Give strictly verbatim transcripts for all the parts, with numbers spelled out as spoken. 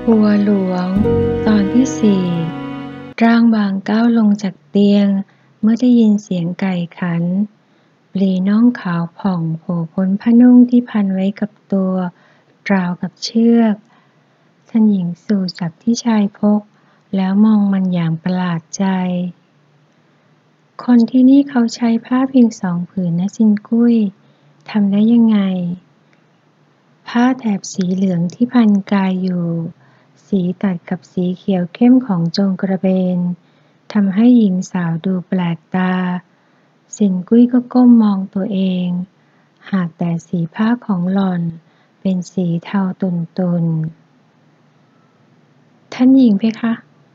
บัวหลวงตอนที่สี่ร่างบางก้าวลงจากเตียงเมื่อได้ยินเสียงไก่ขันปลีน่องขาวผ่องโผล่พ้นผ้านุ่งที่พันไว้กับตัวราวกับเชือกท่านหญิงสู่จับที่ชายพกแล้วมองมันอย่างประหลาดใจคนที่นี่เขาใช้ผ้าเพียงสองผืนนะซินกุ้ยทำได้ยังไงผ้าแถบสีเหลืองที่พันกายอยู่สีตัดกับสีเขียวเข้มของโจงกระเบนทำให้หญิงสาวดูแปลกตาซินกุ้ยก็ก้มมองตัวเองหากแต่สีผ้าของหล่อนเป็นสีเทาตุ่นๆท่านหญิงเพคะ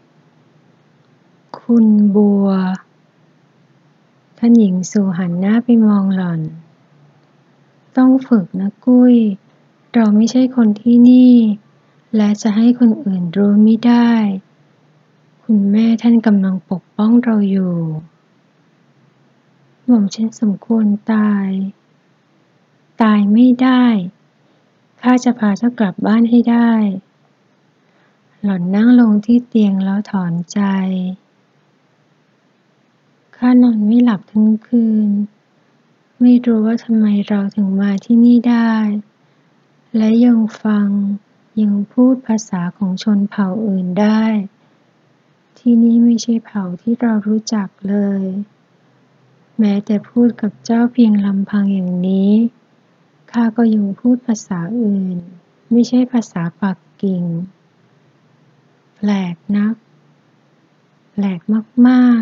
คุณบัวท่านหญิงสู่หันหน้าไปมองหล่อนต้องฝึกนะกุ้ยเราไม่ใช่คนที่นี่และจะให้คนอื่นรู้มิได้คุณแม่ท่านกำลังปกป้องเราอยู่หม่อมฉันสมควรตายตายไม่ได้ข้าจะพาเจ้ากลับบ้านให้ได้หล่อนนั่งลงที่เตียงแล้วถอนใจข้านอนไม่หลับทั้งคืนไม่รู้ว่าทำไมเราถึงมาที่นี่ได้และยังฟังยังพูดภาษาของชนเผ่าอื่นได้ที่นี่ไม่ใช่เผ่าที่เรารู้จักเลยแม้แต่พูดกับเจ้าเพียงลำพังอย่างนี้ข้าก็ยังพูดภาษาอื่นไม่ใช่ภาษาปักกิ่งแปลกนักแปลกมาก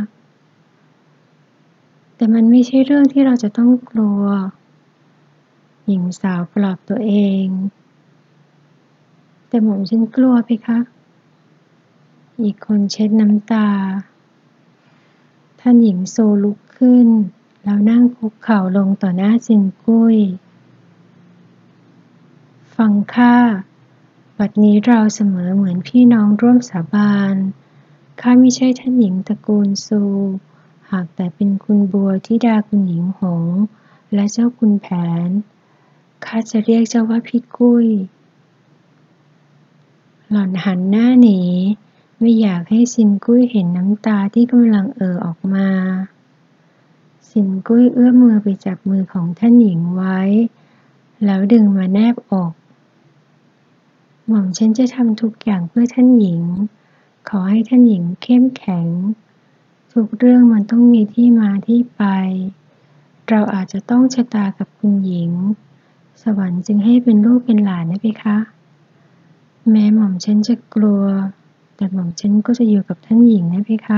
ๆแต่มันไม่ใช่เรื่องที่เราจะต้องกลัวหญิงสาวปลอบตัวเองแต่หม่อมฉันกลัวเพคะอีกคนเช็ดน้ำตาท่านหญิงโซลุกขึ้นแล้วนั่งคุกเข่าลงต่อหน้าซินกุ้ยฟังข้าบัดนี้เราเสมอเหมือนพี่น้องร่วมสาบานข้ามิใช่ท่านหญิงตระกูลซูหากแต่เป็นคุณบัวธิดาคุณหญิงหงส์และเจ้าคุณแผนข้าจะเรียกเจ้าว่าพี่กุ้ยหล่อนหันหน้าหนีไม่อยากให้ซินกุ้ยเห็นน้ำตาที่กำลังเอ่อออกมาซินกุ้ยเอื้อมมือไปจับมือของท่านหญิงไว้แล้วดึงมาแนบอกหม่อมฉันจะทำทุกอย่างเพื่อท่านหญิงขอให้ท่านหญิงเข้มแข็งทุกเรื่องมันต้องมีที่มาที่ไปเราอาจจะต้องชะตากับคุณหญิงสวรรค์จึงให้เป็นลูกเป็นหลานนะเพคะแม้หม่อมฉันจะกลัวแต่หม่อมฉันก็จะอยู่กับท่านหญิงนะเพคะ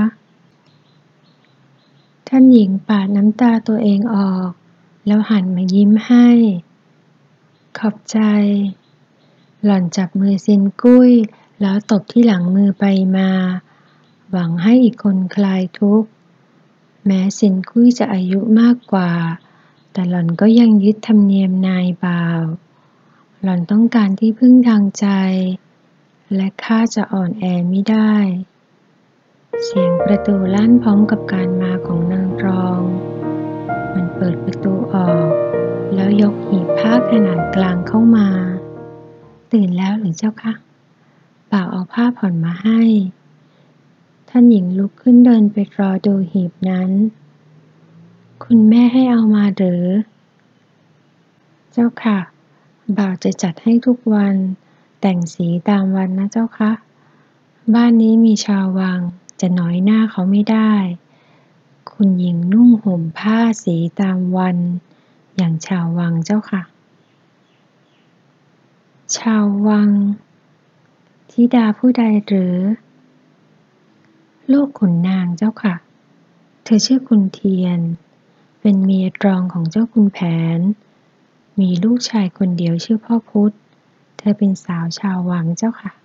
ท่านหญิงปาดน้ำตาตัวเองออกแล้วหันมายิ้มให้ขอบใจหล่อนจับมือซินกุ้ยแล้วตบที่หลังมือไปมาหวังให้อีกคนคลายทุกข์แม้ซินกุ้ยจะอายุมากกว่าแต่หล่อนก็ยังยึดธรรมเนียมนายบ่าวหล่อนต้องการที่พึ่งทางใจและข้าจะอ่อนแอมิได้เสียงประตูลั่นพร้อมกับการมาของนางรองมันเปิดประตูออกแล้วยกหีบผ้าขนาดกลางเข้ามาตื่นแล้วหรือเจ้าคะบ่าวเอาผ้าผ่อนมาให้ท่านหญิงลุกขึ้นเดินไปรอดูหีบนั้นคุณแม่ให้เอามาหรือเจ้าค่ะบ่าวจะจัดให้ทุกวันแต่งสีตามวันนะเจ้าคะบ้านนี้มีชาววังจะน้อยหน้าเขาไม่ได้คุณหญิงนุ่งห่มผ้าสีตามวันอย่างชาววังเจ้าค่ะชาววังธิดาผู้ใดหรือลูกขุนนางเจ้าค่ะเธอชื่อคุณเทียนเป็นเมียรองของเจ้าคุณแผนมีลูกชายคนเดียวชื่อพ่อพุธเธอเป็นสาวชาววังเจ้าค่ะ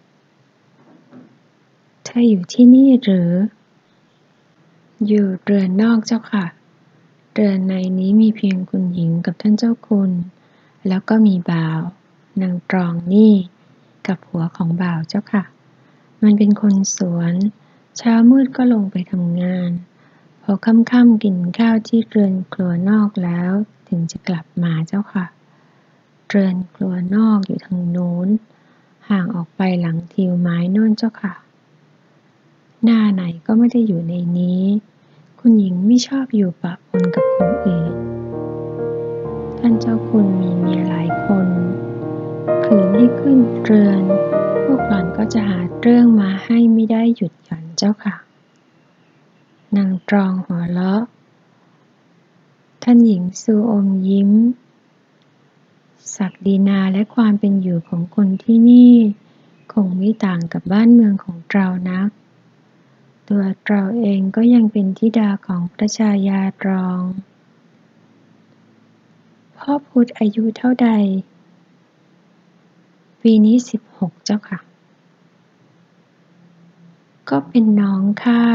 เธออยู่ที่นี่หรืออยู่เรือนนอกเจ้าค่ะเรือนในนี้มีเพียงคุณหญิงกับท่านเจ้าคุณแล้วก็มีบ่าวนางตรองนี่กับผัวของบ่าวเจ้าค่ะมันเป็นคนสวนเช้ามืดก็ลงไปทำงานพอค่ำๆกินข้าวที่เรือนครัวนอกแล้วถึงจะกลับมาเจ้าค่ะเรือนครัวนอกอยู่ทางโน้นห่างออกไปหลังทิวไม้โน่นเจ้าค่ะหน้าไหนก็ไม่ได้อยู่ในนี้คุณหญิงไม่ชอบอยู่ปะปนกับคนอื่นท่านเจ้าคุณมีเมียหลายคนขืนให้ขึ้นเรือนพวกหล่อนก็จะหาเรื่องมาให้ไม่ได้หยุดหย่อนเจ้าค่ะนางตรองหัวเราะท่านหญิงซูอมยิ้มศักดินาและความเป็นอยู่ของคนที่นี่คงไม่ต่างกับบ้านเมืองของเรานักตัวเราเองก็ยังเป็นธิดาของพระชายาตรองพ่อพุธอายุเท่าใดปีนี้สิบหกเจ้าค่ะก็เป็นน้องข้า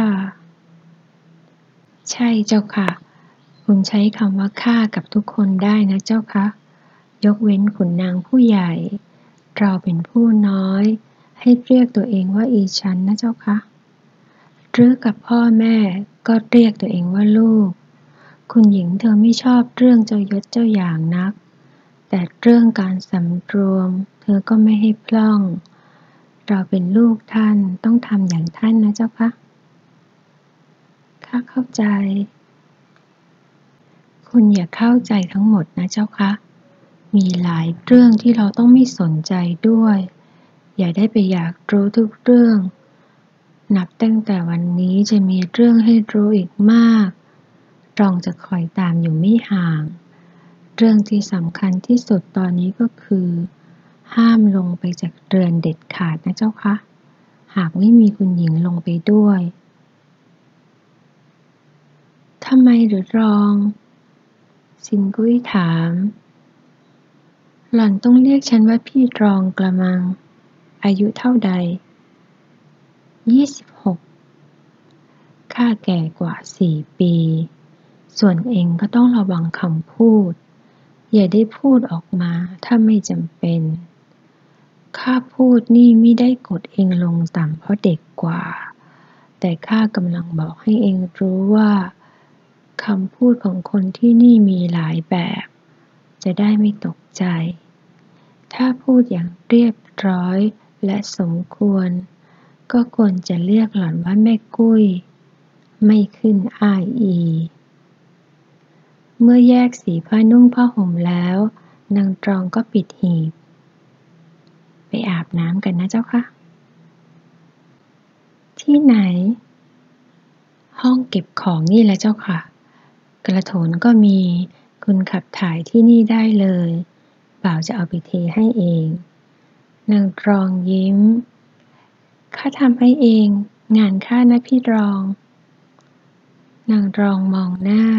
ใช่เจ้าค่ะคุณใช้คำว่าข้ากับทุกคนได้นะเจ้าคะยกเว้นขุนนางผู้ใหญ่เราเป็นผู้น้อยให้เรียกตัวเองว่าอีฉันนะเจ้าคะหรือกับพ่อแม่ก็เรียกตัวเองว่าลูกคุณหญิงเธอไม่ชอบเรื่องเจ้ายศเจ้าอย่างนักแต่เรื่องการสำรวมเธอก็ไม่ให้พล่องเราเป็นลูกท่านต้องทำอย่างท่านนะเจ้าคะข้าเข้าใจคุณอย่าเข้าใจทั้งหมดนะเจ้าคะมีหลายเรื่องที่เราต้องไม่สนใจด้วยอย่าได้ไปอยากรู้ทุกเรื่องนับตั้งแต่วันนี้จะมีเรื่องให้รู้อีกมากรองจะคอยตามอยู่ไม่ห่างเรื่องที่สำคัญที่สุดตอนนี้ก็คือห้ามลงไปจากเรือนเด็ดขาดนะเจ้าคะหากไม่มีคุณหญิงลงไปด้วยทำไมหรือรองซินกุ้ยถามหล่อนต้องเรียกฉันว่าพี่รองกระมังอายุเท่าใดยี่สิบหกข้าแก่กว่าสี่ปีส่วนเองก็ต้องระวังคำพูดอย่าได้พูดออกมาถ้าไม่จำเป็นข้าพูดนี่ไม่ได้กดเองลงต่ำเพราะเด็กกว่าแต่ข้ากำลังบอกให้เองรู้ว่าคำพูดของคนที่นี่มีหลายแบบจะได้ไม่ตกใจถ้าพูดอย่างเรียบร้อยและสมควรก็ควรจะเรียกหล่อนว่าแม่กุ้ยไม่ขึ้นอ้ายอีเมื่อแยกสีผ้านุ่งผ้าห่มแล้วนางตรองก็ปิดหีบไปอาบน้ำกันนะเจ้าค่ะที่ไหนห้องเก็บของนี่แหละเจ้าค่ะกระโถนก็มีคุณขับถ่ายที่นี่ได้เลยบ่าวจะเอาไปเทให้เองนางตรองยิ้มข้าทำให้เองงานข้านะพี่รองนางตรองมองหน้า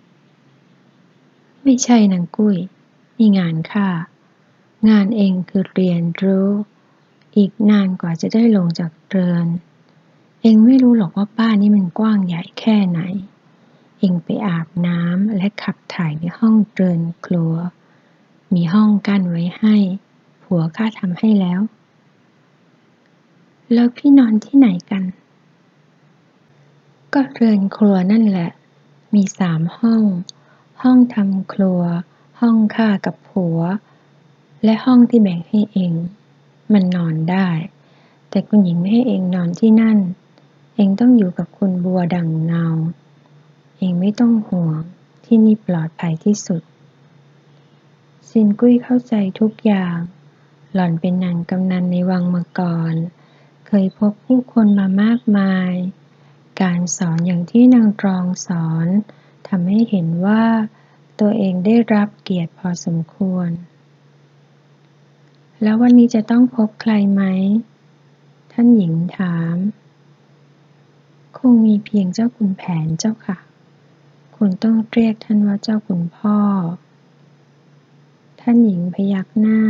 ไม่ใช่นางกุ้ยนี่งานข้างานเองคือเรียนรู้อีกนานกว่าจะได้ลงจากเรือนเองไม่รู้หรอกว่าบ้านนี้มันกว้างใหญ่แค่ไหนเองไปอาบน้ำและขับถ่ายในห้องเรือนครัวมีห้องกั้นไว้ให้ผัวข้าทำให้แล้วแล้วพี่นอนที่ไหนกันก็เรือนครัวนั่นแหละมีสามห้องห้องทำครัวห้องข้ากับผัวและห้องที่แบ่งให้เองมันนอนได้แต่คุณหญิงไม่ให้เองนอนที่นั่นเองต้องอยู่กับคุณบัวดั่งเงาเองไม่ต้องห่วงที่นี่ปลอดภัยที่สุดซินกุ้ยเข้าใจทุกอย่างหล่อนเป็นนางกำนันในวังมาก่อนเคยพบผู้คนมามากมายการสอนอย่างที่นางตรองสอนทำให้เห็นว่าตัวเองได้รับเกียรติพอสมควรแล้ววันนี้จะต้องพบใครไหมท่านหญิงถามคงมีเพียงเจ้าขุนแผนเจ้าค่ะคุณต้องเรียกท่านว่าเจ้าขุนพ่อท่านหญิงพยักหน้า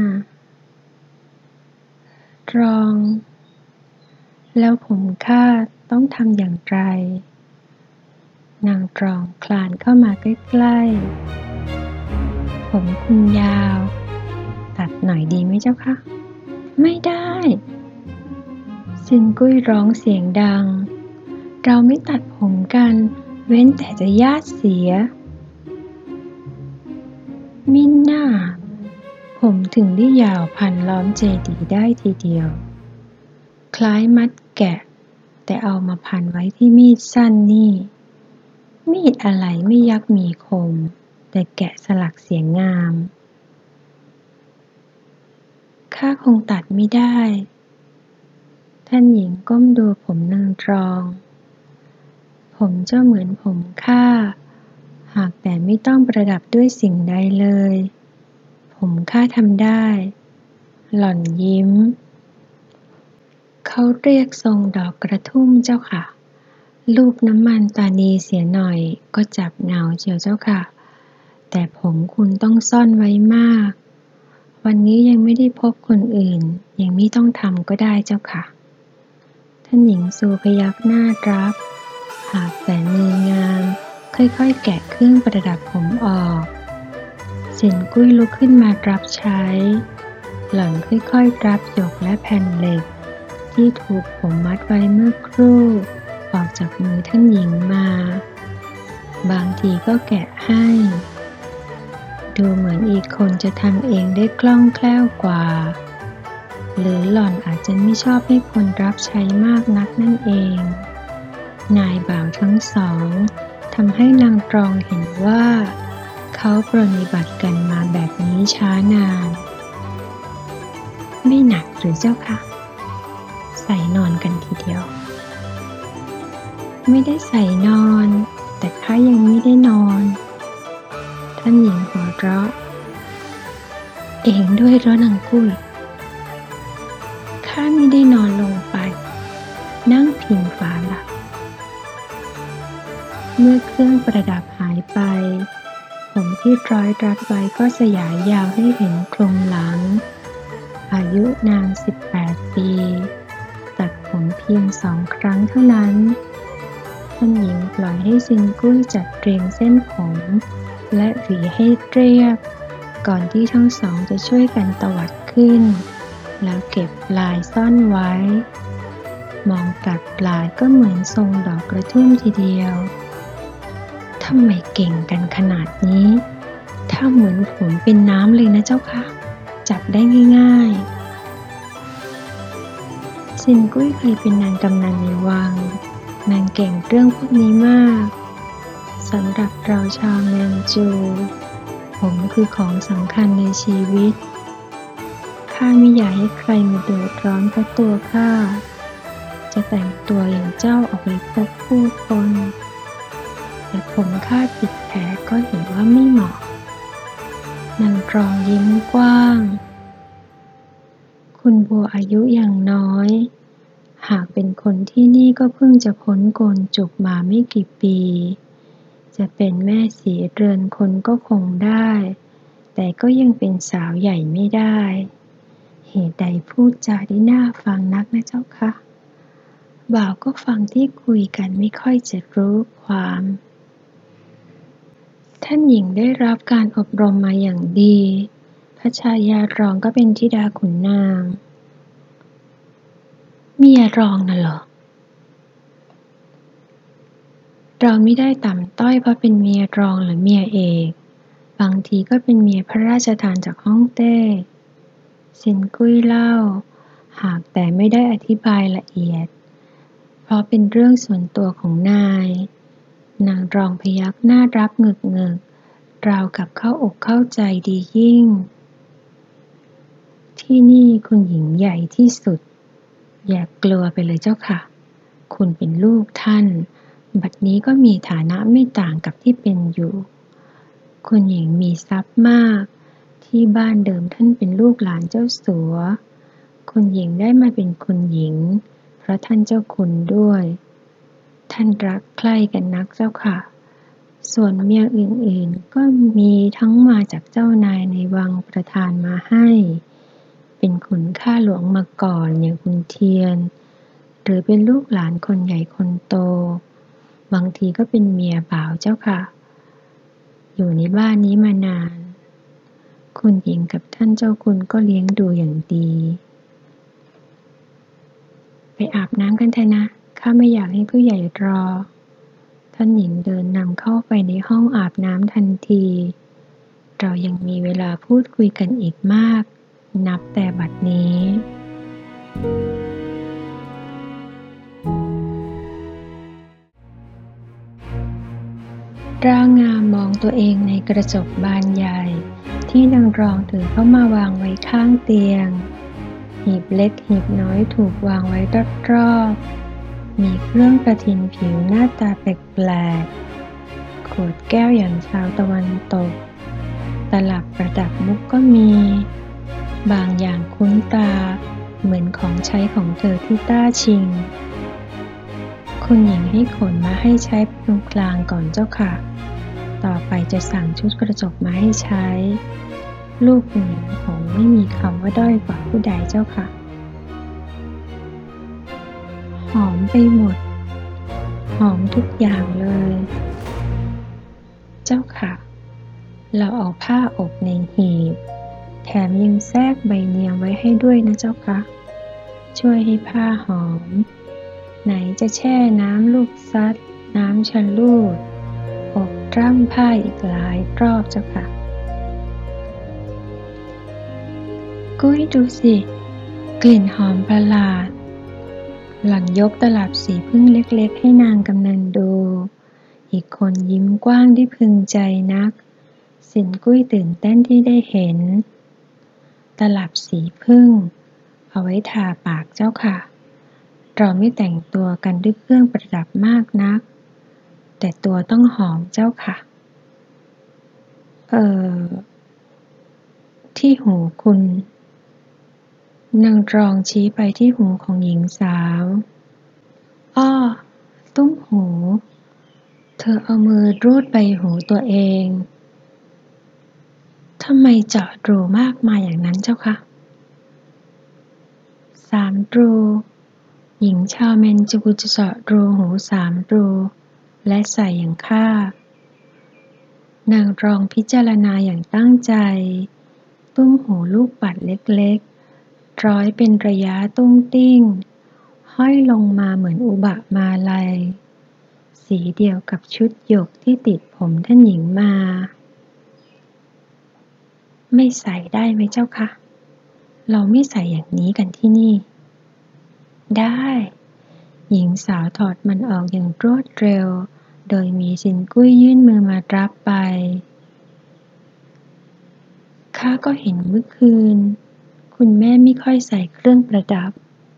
ตรองแล้วผมข้าต้องทำอย่างไรนางตรองคลานเข้ามาใกล้ๆผมคุณยาวตัดหน่อยดีไหมเจ้าคะไม่ได้ซินกุ้ยร้องเสียงดังเราไม่ตัดผมกันเว้นแต่จะญาติเสียมิน่าผมถึงได้ยาวพันล้อมเจดีย์ได้ทีเดียวคล้ายมัดแกะแต่เอามาพันไว้ที่มีดสั้นนี่มีดอะไรไม่ยักมีคมแต่แกะสลักเสียงงามข้าคงตัดไม่ได้ท่านหญิงก้มดูผมนางรองผมเจ้าเหมือนผมข้าหากแต่ไม่ต้องประดับด้วยสิ่งใดเลยผมข้าทำได้หล่อนยิ้มเขาเรียกทรงดอกกระทุ่มเจ้าค่ะลูบน้ำมันตานีเสียหน่อยก็จับเหงาเชียวเจ้าค่ะแต่ผมคุณต้องซ่อนไว้มากวันนี้ยังไม่ได้พบคนอื่นยังไม่ต้องทำก็ได้เจ้าค่ะท่านหญิงซูพยักหน้ารับหากแต่มืองามค่อยๆแกะเครื่องประดับผมออกสินกุ้ยลุกขึ้นมารับใช้หล่อนค่อยๆรับหยกและแผ่นเหล็กที่ถูกผมมัดไว้เมื่อครู่ออกจากมือท่านหญิงมาบางทีก็แกะให้ดูเหมือนอีกคนจะทำเองได้คล่องแคล่วกว่าหรือหล่อนอาจจะไม่ชอบให้คนรับใช้มากนักนั่นเองนายบ่าวทั้งสองทำให้นางตรองเห็นว่าเขาปรนนิบัติกันมาแบบนี้ช้านานไม่หนักหรือเจ้าคะใส่นอนกันทีเดียวไม่ได้ใส่นอนแต่ข้ายังไม่ได้นอนท่านหญิงหัวเราะเองด้วยเหรอนางกุ้ยข้าไม่ได้นอนลงไปนั่งพิงฝาหลับเมื่อเครื่องประดับหายไปผมที่ร้อยรัดไว้ก็สยายยาวให้เห็นโครงหลังอายุนางสิบแปดปีตัดผมเพียงสองครั้งเท่านั้นท่านหญิงปล่อยให้ซินกุ้ยจัดเตรียมเส้นผมและหวีให้เรียบก่อนที่ทั้งสองจะช่วยกันตวัดขึ้นแล้วเก็บปลายซ่อนไว้มองกัดปลายก็เหมือนทรงดอกกระทุ่มทีเดียวทำไมเก่งกันขนาดนี้ถ้าเหมือนผมเป็นน้ำเลยนะเจ้าค่ะจับได้ง่ายๆซินกุ้ยเคยเป็นนางกำนันในวังนางเก่งเรื่องพวกนี้มากสำหรับเราชาวแมนจูผมคือของสำคัญในชีวิตข้าไม่อยากให้ใครมาเดือดร้อนเพราะตัวข้าจะแต่งตัวอย่างเจ้าออกไปพบผู้คนแต่ผมข้าปิดแผลก็เห็นว่าไม่เหมาะนางรองยิ้มกว้างคุณบัวอายุอย่างน้อยหากเป็นคนที่นี่ก็เพิ่งจะพ้นโกนจุกมาไม่กี่ปีจะเป็นแม่สีเรือนคนก็คงได้แต่ก็ยังเป็นสาวใหญ่ไม่ได้เหตุใดพูดจาได้น่าฟังนักนะเจ้าคะบ่าวก็ฟังที่คุยกันไม่ค่อยจะรู้ความท่านหญิงได้รับการอบรมมาอย่างดีพระชายารองก็เป็นธิดาขุนนางเมียรองน่ะเหรอเราไม่ได้ต่ำต้อยเพราะเป็นเมียรองหรือเมียเอกบางทีก็เป็นเมียพระราชทานจากฮ่องเต้ซินกุ้ยเล่าหากแต่ไม่ได้อธิบายละเอียดเพราะเป็นเรื่องส่วนตัวของนายนางรองพยักหน้ารับเงึกเงึกราวกับเข้าอกเข้าใจดียิ่งที่นี่คุณหญิงใหญ่ที่สุดอย่ากลัวไปเลยเจ้าค่ะคุณเป็นลูกท่านบัดนี้ก็มีฐานะไม่ต่างกับที่เป็นอยู่คุณหญิงมีทรัพย์มากที่บ้านเดิมท่านเป็นลูกหลานเจ้าสัวคุณหญิงได้มาเป็นคุณหญิงเพราะท่านเจ้าคุณด้วยท่านรักใคร่กันนักเจ้าค่ะส่วนเมียอื่นๆก็มีทั้งมาจากเจ้านายในวังประทานมาให้เป็นขุนข้าหลวงมาก่อนอย่างคุณเทียนหรือเป็นลูกหลานคนใหญ่คนโตบางทีก็เป็นเมียบ่าวเจ้าค่ะอยู่ในบ้านนี้มานานคุณหญิงกับท่านเจ้าคุณก็เลี้ยงดูอย่างดีไปอาบน้ำกันเถอะนะข้าไม่อยากให้ผู้ใหญ่รอท่านหญิงเดินนำเข้าไปในห้องอาบน้ำทันทีเรายังมีเวลาพูดคุยกันอีกมากนับแต่บัดนี้ร่างงามมองตัวเองในกระจกบานใหญ่ที่นางรองถือเข้ามาวางไว้ข้างเตียงหีบเล็กหีบน้อยถูกวางไว้รอบๆมีเครื่องประทินผิวหน้าตาแปลกๆขวดแก้วอย่างชาวตะวันตกตลับประดับมุกก็มีบางอย่างคุ้นตาเหมือนของใช้ของเธอที่ต้าชิงคุณหญิงให้ขนมาให้ใช้ตรงกลางก่อนเจ้าค่ะต่อไปจะสั่งชุดกระจกมาให้ใช้ลูกคุณหญิงคงไม่มีคำว่าด้อยกว่าผู้ใดเจ้าค่ะหอมไปหมดหอมทุกอย่างเลยเจ้าค่ะเราเอาผ้าอบในหีบแถมยังแทรกใบเนียงไว้ให้ด้วยนะเจ้าค่ะช่วยให้ผ้าหอมไหนจะแช่น้ำลูกซัดน้ำชะลูดอบร่ำผ้าอีกหลายรอบเจ้าค่ะกุ้ยดูสิกลิ่นหอมประหลาดหล่อนยกตลับสีพึ่งเล็กๆให้นางกำนันดูอีกคนยิ้มกว้างได้พึงใจนักสินกุ้ยตื่นเต้นที่ได้เห็นตลับสีผึ้งเอาไว้ทาปากเจ้าค่ะเราไม่แต่งตัวกันด้วยเครื่องประดับมากนักแต่ตัวต้องหอมเจ้าค่ะเอ่อที่หูคุณนางรองชี้ไปที่หูของหญิงสาวอ้อตุ้มหูเธอเอามือรูดใบหูตัวเองทำไมเจาะรูมากมายอย่างนั้นเจ้าคะสามรูหญิงชาวเมนจูจะเจาะรูหูสามรูและใส่อย่างข้านางรองพิจารณาอย่างตั้งใจตุ้มหูลูกปัดเล็กๆร้อยเป็นระยะตุ้งติ้งห้อยลงมาเหมือนอุบะมาลัยสีเดียวกับชุดหยกที่ติดผมท่านหญิงมาไม่ใส่ได้ไหมเจ้าคะเราไม่ใส่อย่างนี้กันที่นี่ได้หญิงสาวถอดมันออกอย่างรวดเร็วโดยมีสินกุ้ยยื่นมือมารับไปข้าก็เห็นเมื่อคืนคุณแม่ไม่ค่อยใส่เครื่องประดับ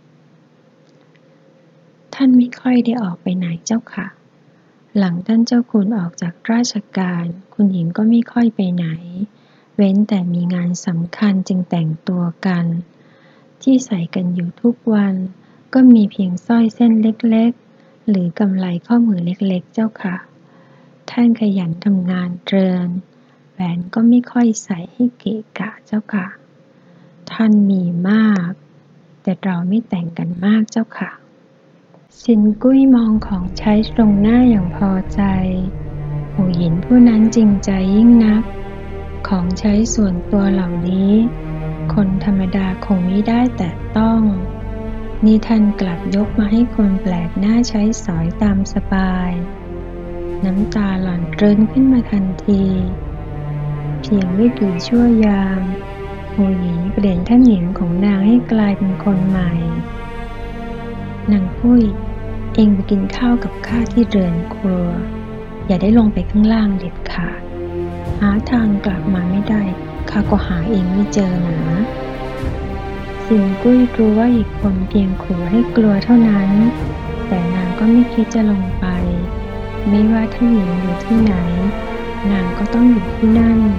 ท่านไม่ค่อยได้ออกไปไหนเจ้าค่ะหลังท่านเจ้าคุณออกจากราชการคุณหญิงก็ไม่ค่อยไปไหนเว้นแต่มีงานสำคัญจึงแต่งตัวกันที่ใส่กันอยู่ทุกวันก็มีเพียงสร้อยเส้นเล็กๆหรือกำไลข้อมือเล็กๆเจ้าค่ะท่านขยันทำงานเรือนแหวนก็ไม่ค่อยใส่ให้เกะกะเจ้าค่ะท่านมีมากแต่เราไม่แต่งกันมากเจ้าค่ะสินกุ้ยมองของใช้ตรงหน้าอย่างพอใจหูหยินผู้นั้นจริงใจยิ่งนักของใช้ส่วนตัวเหล่านี้คนธรรมดาคงไม่ได้แตะต้องนี่ท่านกลับยกมาให้คนแปลกหน้าใช้สอยตามสบายน้ำตาหล่อนเรินขึ้นมาทันทีเพียงไม่กี่ชั่วยามหูหยินเปลี่ยนท่านหญิงของนางให้กลายเป็นคนใหม่นางปุ้ยเองไปกินข้าวกับข้าที่เรือนครัวอย่าได้ลงไปข้างล่างเด็ดขาดหาทางกลับมาไม่ได้ข้าก็หาเองไม่เจอหนาสินกุ้ยรู้ว่าอีกคนเพียงขู่ให้กลัวเท่านั้นแต่นางก็ไม่คิดจะลงไปไม่ว่าท่านหญิงอยู่ที่ไหนนางก็ต้องอยู่ที่นั่น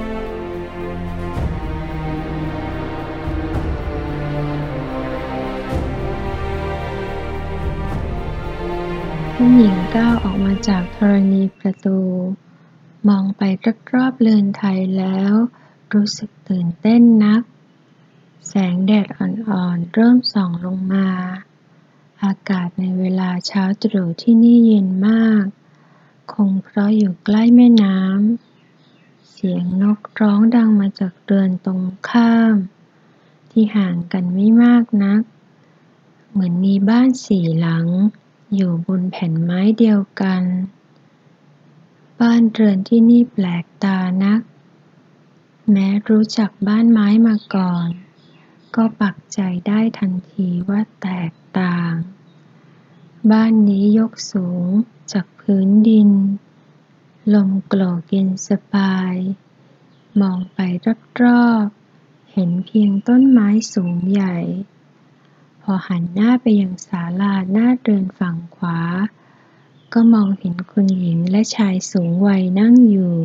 ท่านหญิงก้าวออกมาจากธรณีประตูมองไปรอบๆเรือนไทยแล้วรู้สึกตื่นเต้นนักแสงแดดอ่อนๆเริ่มส่องลงมาอากาศในเวลาเช้าตรู่ที่นี่เย็นมากคงเพราะอยู่ใกล้แม่น้ำเสียงนกร้องดังมาจากเรือนตรงข้ามที่ห่างกันไม่มากนักเหมือนมีบ้านสี่หลังอยู่บนแผ่นไม้เดียวกันบ้านเรือนที่นี่แปลกตานักแม้รู้จักบ้านไม้มาก่อนก็ปักใจได้ทันทีว่าแตกต่างบ้านนี้ยกสูงจากพื้นดินลมโกรกเย็นสบายมองไปรอบๆเห็นเพียงต้นไม้สูงใหญ่พอหันหน้าไปยังศาลาหน้าเรือนฝั่งขวาก็มองเห็นคุณหญิงและชายสูงวัยนั่งอยู่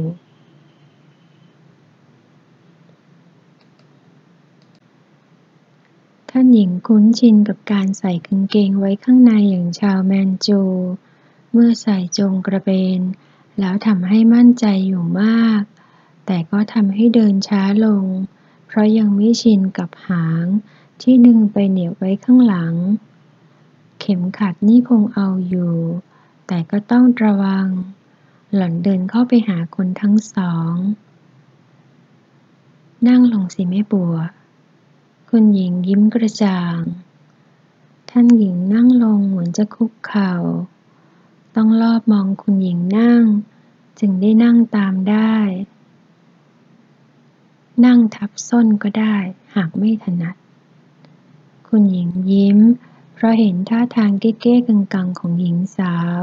ท่านหญิงคุ้นชินกับการใส่กางเกงไว้ข้างในอย่างชาวแมนจูเมื่อใส่โจงกระเบนแล้วทำให้มั่นใจอยู่มากแต่ก็ทำให้เดินช้าลงเพราะยังไม่ชินกับหางที่ดึงไปเหนี่ยวไว้ข้างหลังเข็มขัดนี่คงเอาอยู่แต่ก็ต้องระวังหล่อนเดินเข้าไปหาคนทั้งสองนั่งลงสิแม่บัวคุณหญิงยิ้มกระจ่างท่านหญิงนั่งลงเหมือนจะคุกเข่าต้องลอบมองคุณหญิงนั่งจึงได้นั่งตามได้นั่งทับส้นก็ได้หากไม่ถนัดคุณหญิงยิ้มเพราะเห็นท่าทางเก้ๆกังๆของหญิงสาว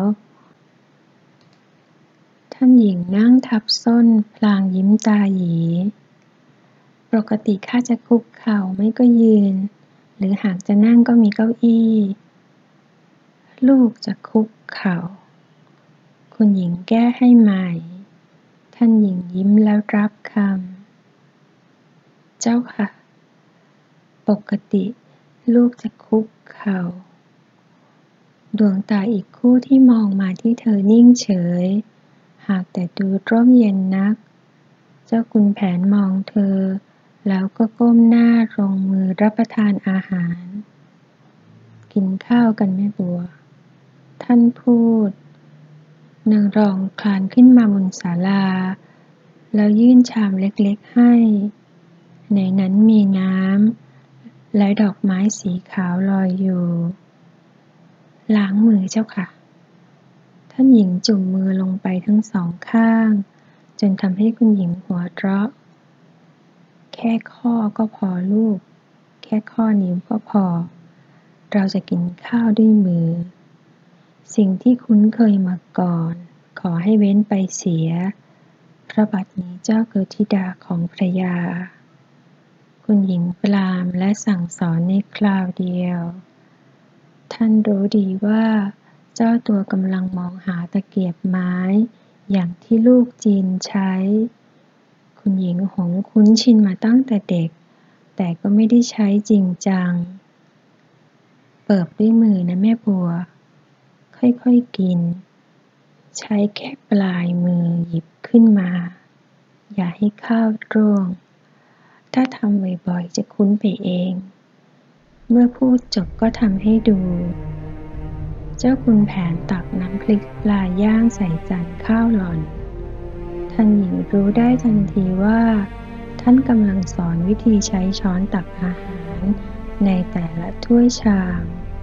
ท่านหญิงนั่งทับส้นพลางยิ้มตาหยีปกติข้าจะคุกเข่าไม่ก็ยืนหรือหากจะนั่งก็มีเก้าอี้ลูกจะคุกเข่าคุณหญิงแก้ให้ใหม่ท่านหญิงยิ้มแล้วรับคำเจ้าค่ะปกติลูกจะคุกเข่าดวงตาอีกคู่ที่มองมาที่เธอนิ่งเฉยหากแต่ดูร่มเย็นนักเจ้าคุณแผนมองเธอแล้วก็ก้มหน้าลงมือรับประทานอาหารกินข้าวกันแม่บัวท่านพูดนางรองคลานขึ้นมาบนศาลาแล้วยื่นชามเล็กๆให้ในนั้นมีน้ำและดอกไม้สีขาวลอยอยู่ล้างมือเจ้าค่ะท่านหญิงจุ่มมือลงไปทั้งสองข้างจนทำให้คุณหญิงหัวเราะแค่ข้อก็พอลูกแค่ข้อนิ้วก็พอเราจะกินข้าวด้วยมือสิ่งที่คุ้นเคยมาก่อนขอให้เว้นไปเสียพระบัดนี้เจ้าคือธิดาของพระยาคุณหญิงปรามและสั่งสอนในคราวเดียวท่านรู้ดีว่าเจ้าตัวกำลังมองหาตะเกียบไม้อย่างที่ลูกจีนใช้คุณหญิงหงคุ้นชินมาตั้งแต่เด็กแต่ก็ไม่ได้ใช้จริงจังเปิบด้วยมือนะแม่บัวค่อยๆกินใช้แค่ปลายมือหยิบขึ้นมาอย่าให้ข้าวร่วงถ้าทำบ่อยๆจะคุ้นไปเองเมื่อพูดจบก็ทำให้ดูเจ้าคุณแผนตักน้ำพริกปลาย่างใส่จานข้าวหล่อนท่านหญิงรู้ได้ทันทีว่าท่านกำลังสอนวิธีใช้ช้อนตักอาหารในแต่ละถ้วยชาม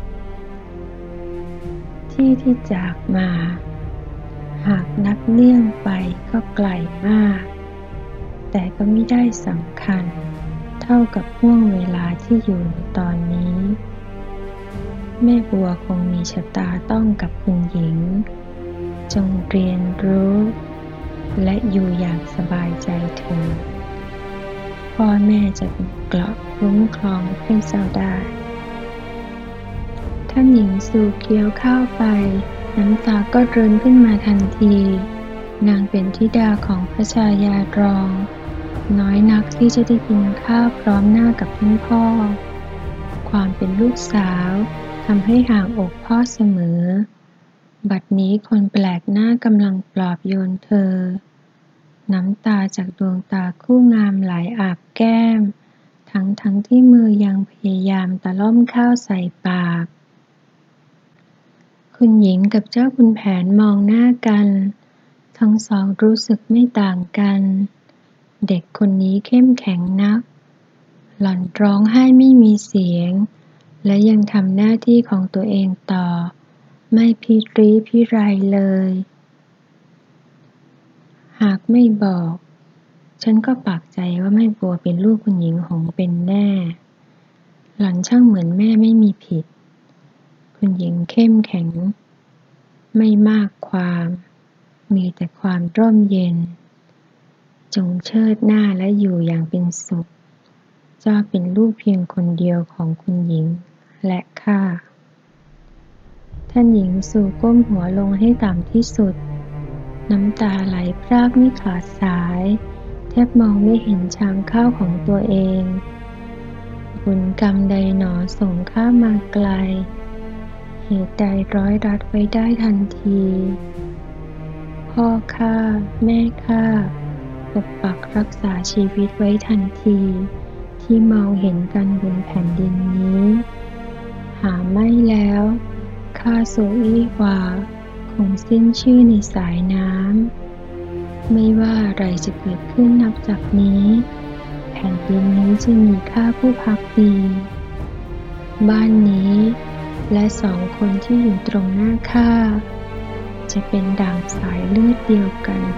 ที่ที่จากมาหากนับเนื่องไปก็ไกลมากแต่ก็ไม่ได้สำคัญเท่ากับห่วงเวลาที่อยู่ในตอนนี้แม่บัวคงมีชะตาต้องกับคุณหญิงจงเรียนรู้และอยู่อย่างสบายใจเถิดพ่อแม่จะเป็นเกราะคุ้มครองให้เจ้าได้ท่านหญิงสู่เคี้ยวข้าวไปน้ำตาก็รินขึ้นมาทันทีนางเป็นธิดาของพระชายารองน้อยนักที่จะได้กินข้าวพร้อมหน้ากับท่านพ่อความเป็นลูกสาวทำให้ห่างอกพ่อเสมอบัดนี้คนแปลกหน้ากำลังปลอบโยนเธอน้ำตาจากดวงตาคู่งามไหลอาบแก้มทั้งทั้งที่มือยังพยายามตะล่อมข้าวใส่ปากคุณหญิงกับเจ้าคุณแผนมองหน้ากันทั้งสองรู้สึกไม่ต่างกันเด็กคนนี้เข้มแข็งนักหล่อนร้องไห้ไม่มีเสียงและยังทำหน้าที่ของตัวเองต่อไม่พิริพิไรเลยหากไม่บอกฉันก็ปักใจว่าแม่บัวเป็นลูกคุณหญิงหงส์เป็นแน่ หล่อนช่างเหมือนแม่ไม่มีผิด คุณหญิงเข้มแข็ง ไม่มากความ มีแต่ความร่มเย็น จงเชิดหน้าและอยู่อย่างเป็นสุข เจ้าเป็นลูกเพียงคนเดียวของคุณหญิงและข้า ท่านหญิงสู่ก้มหัวลงให้ต่ำที่สุด น้ำตาไหลพรากไม่ขาดสาย แทบมองไม่เห็นชามข้าวของตัวเอง บุญกรรมใดหนอส่งข้ามาไกล เหตุใดร้อยรัดไว้ได้ทันที พ่อข้าแม่ข้าปกปักรักษาชีวิตไว้ทันที ที่มองเห็นกันบนแผ่นดินนี้ หาไม่แล้วข้าโซอี้หวาคงสิ้นชื่อในสายน้ำ ไม่ว่าอะไรจะเกิดขึ้นนับจากนี้ แผ่นดินนี้จะมีข้าผู้ภักดี บ้านนี้และสองคนที่อยู่ตรงหน้าข้าจะเป็นด่างสายเลือดเดียวกัน